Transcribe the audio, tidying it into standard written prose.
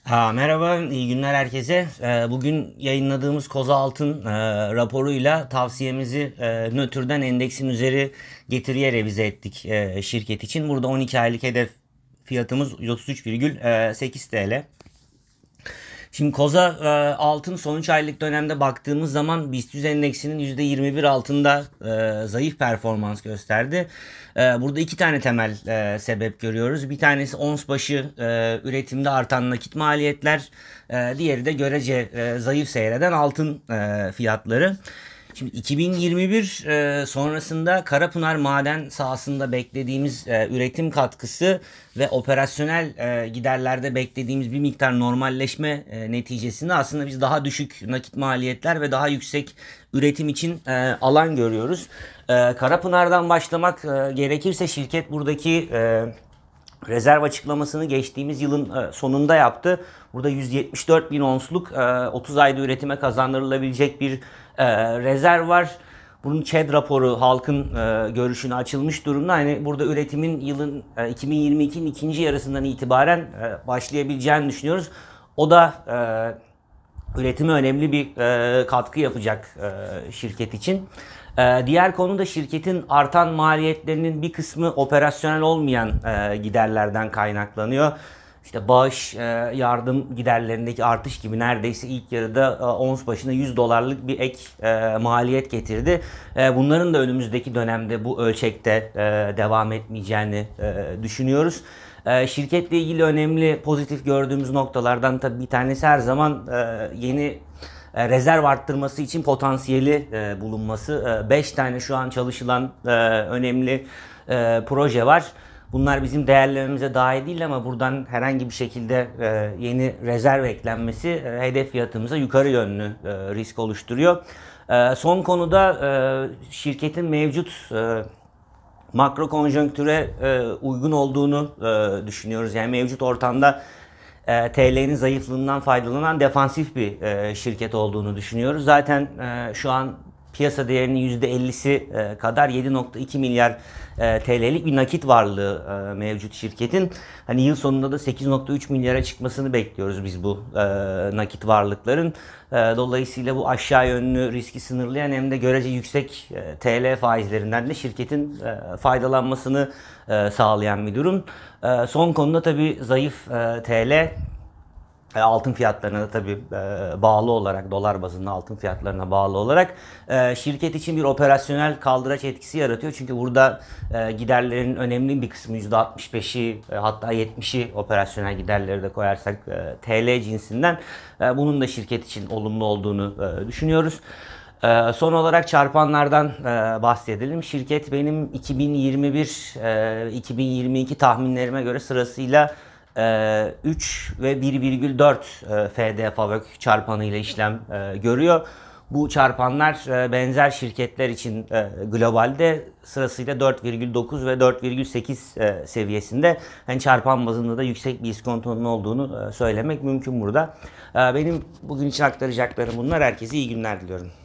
Merhaba, iyi günler herkese. Bugün yayınladığımız Koza Altın raporuyla tavsiyemizi nötrden endeksin üzeri getiriye revize ettik şirket için. Burada 12 aylık hedef fiyatımız 33,8 TL. Şimdi Koza altın son 3 aylık dönemde baktığımız zaman BIST 100 endeksinin %21 altında zayıf performans gösterdi. Burada iki tane temel sebep görüyoruz. Bir tanesi ons başı üretimde artan nakit maliyetler, diğeri de görece zayıf seyreden altın fiyatları. Şimdi 2021 sonrasında Karapınar maden sahasında beklediğimiz üretim katkısı ve operasyonel giderlerde beklediğimiz bir miktar normalleşme neticesinde aslında biz daha düşük nakit maliyetler ve daha yüksek üretim için alan görüyoruz. Karapınar'dan başlamak gerekirse şirket buradaki rezerv açıklamasını geçtiğimiz yılın sonunda yaptı. Burada 174 bin onsluk 30 ayda üretime kazandırılabilecek bir rezerv var. Bunun ÇED raporu halkın görüşüne açılmış durumda. Hani burada üretimin yılın 2022'nin ikinci yarısından itibaren başlayabileceğini düşünüyoruz. O da üretime önemli bir katkı yapacak şirket için. Diğer konu da şirketin artan maliyetlerinin bir kısmı operasyonel olmayan giderlerden kaynaklanıyor. İşte bağış, yardım giderlerindeki artış gibi neredeyse ilk yarıda ons başına $100 bir ek maliyet getirdi. Bunların da önümüzdeki dönemde bu ölçekte devam etmeyeceğini düşünüyoruz. Şirketle ilgili önemli pozitif gördüğümüz noktalardan tabii bir tanesi her zaman yeni rezerv arttırması için potansiyeli bulunması. 5 tane şu an çalışılan önemli proje var. Bunlar bizim değerlememize dahil değil ama buradan herhangi bir şekilde yeni rezerv eklenmesi hedef fiyatımıza yukarı yönlü risk oluşturuyor. Son konuda şirketin mevcut makro konjonktüre uygun olduğunu düşünüyoruz. Yani mevcut ortamda TL'nin zayıflığından faydalanan defansif bir şirket olduğunu düşünüyoruz. Zaten şu an piyasa değerinin %50'si kadar 7,2 milyar TL'lik bir nakit varlığı mevcut şirketin. Hani yıl sonunda da 8,3 milyara çıkmasını bekliyoruz biz bu nakit varlıkların. Dolayısıyla bu aşağı yönlü riski sınırlayan hem de görece yüksek TL faizlerinden de şirketin faydalanmasını sağlayan bir durum. Son konuda tabii zayıf TL altın fiyatlarına da tabii bağlı olarak, dolar bazında altın fiyatlarına bağlı olarak şirket için bir operasyonel kaldıraç etkisi yaratıyor. Çünkü burada giderlerin önemli bir kısmı %65'i hatta 70'i operasyonel giderleri de koyarsak TL cinsinden bunun da şirket için olumlu olduğunu düşünüyoruz. Son olarak çarpanlardan bahsedelim. Şirket benim 2021-2022 tahminlerime göre sırasıyla 3 ve 1,4 FD Favök çarpanı ile işlem görüyor. Bu çarpanlar benzer şirketler için globalde sırasıyla 4,9 ve 4,8 seviyesinde. Yani çarpan bazında da yüksek bir iskontonun olduğunu söylemek mümkün burada. Benim bugün için aktaracaklarım bunlar. Herkese iyi günler diliyorum.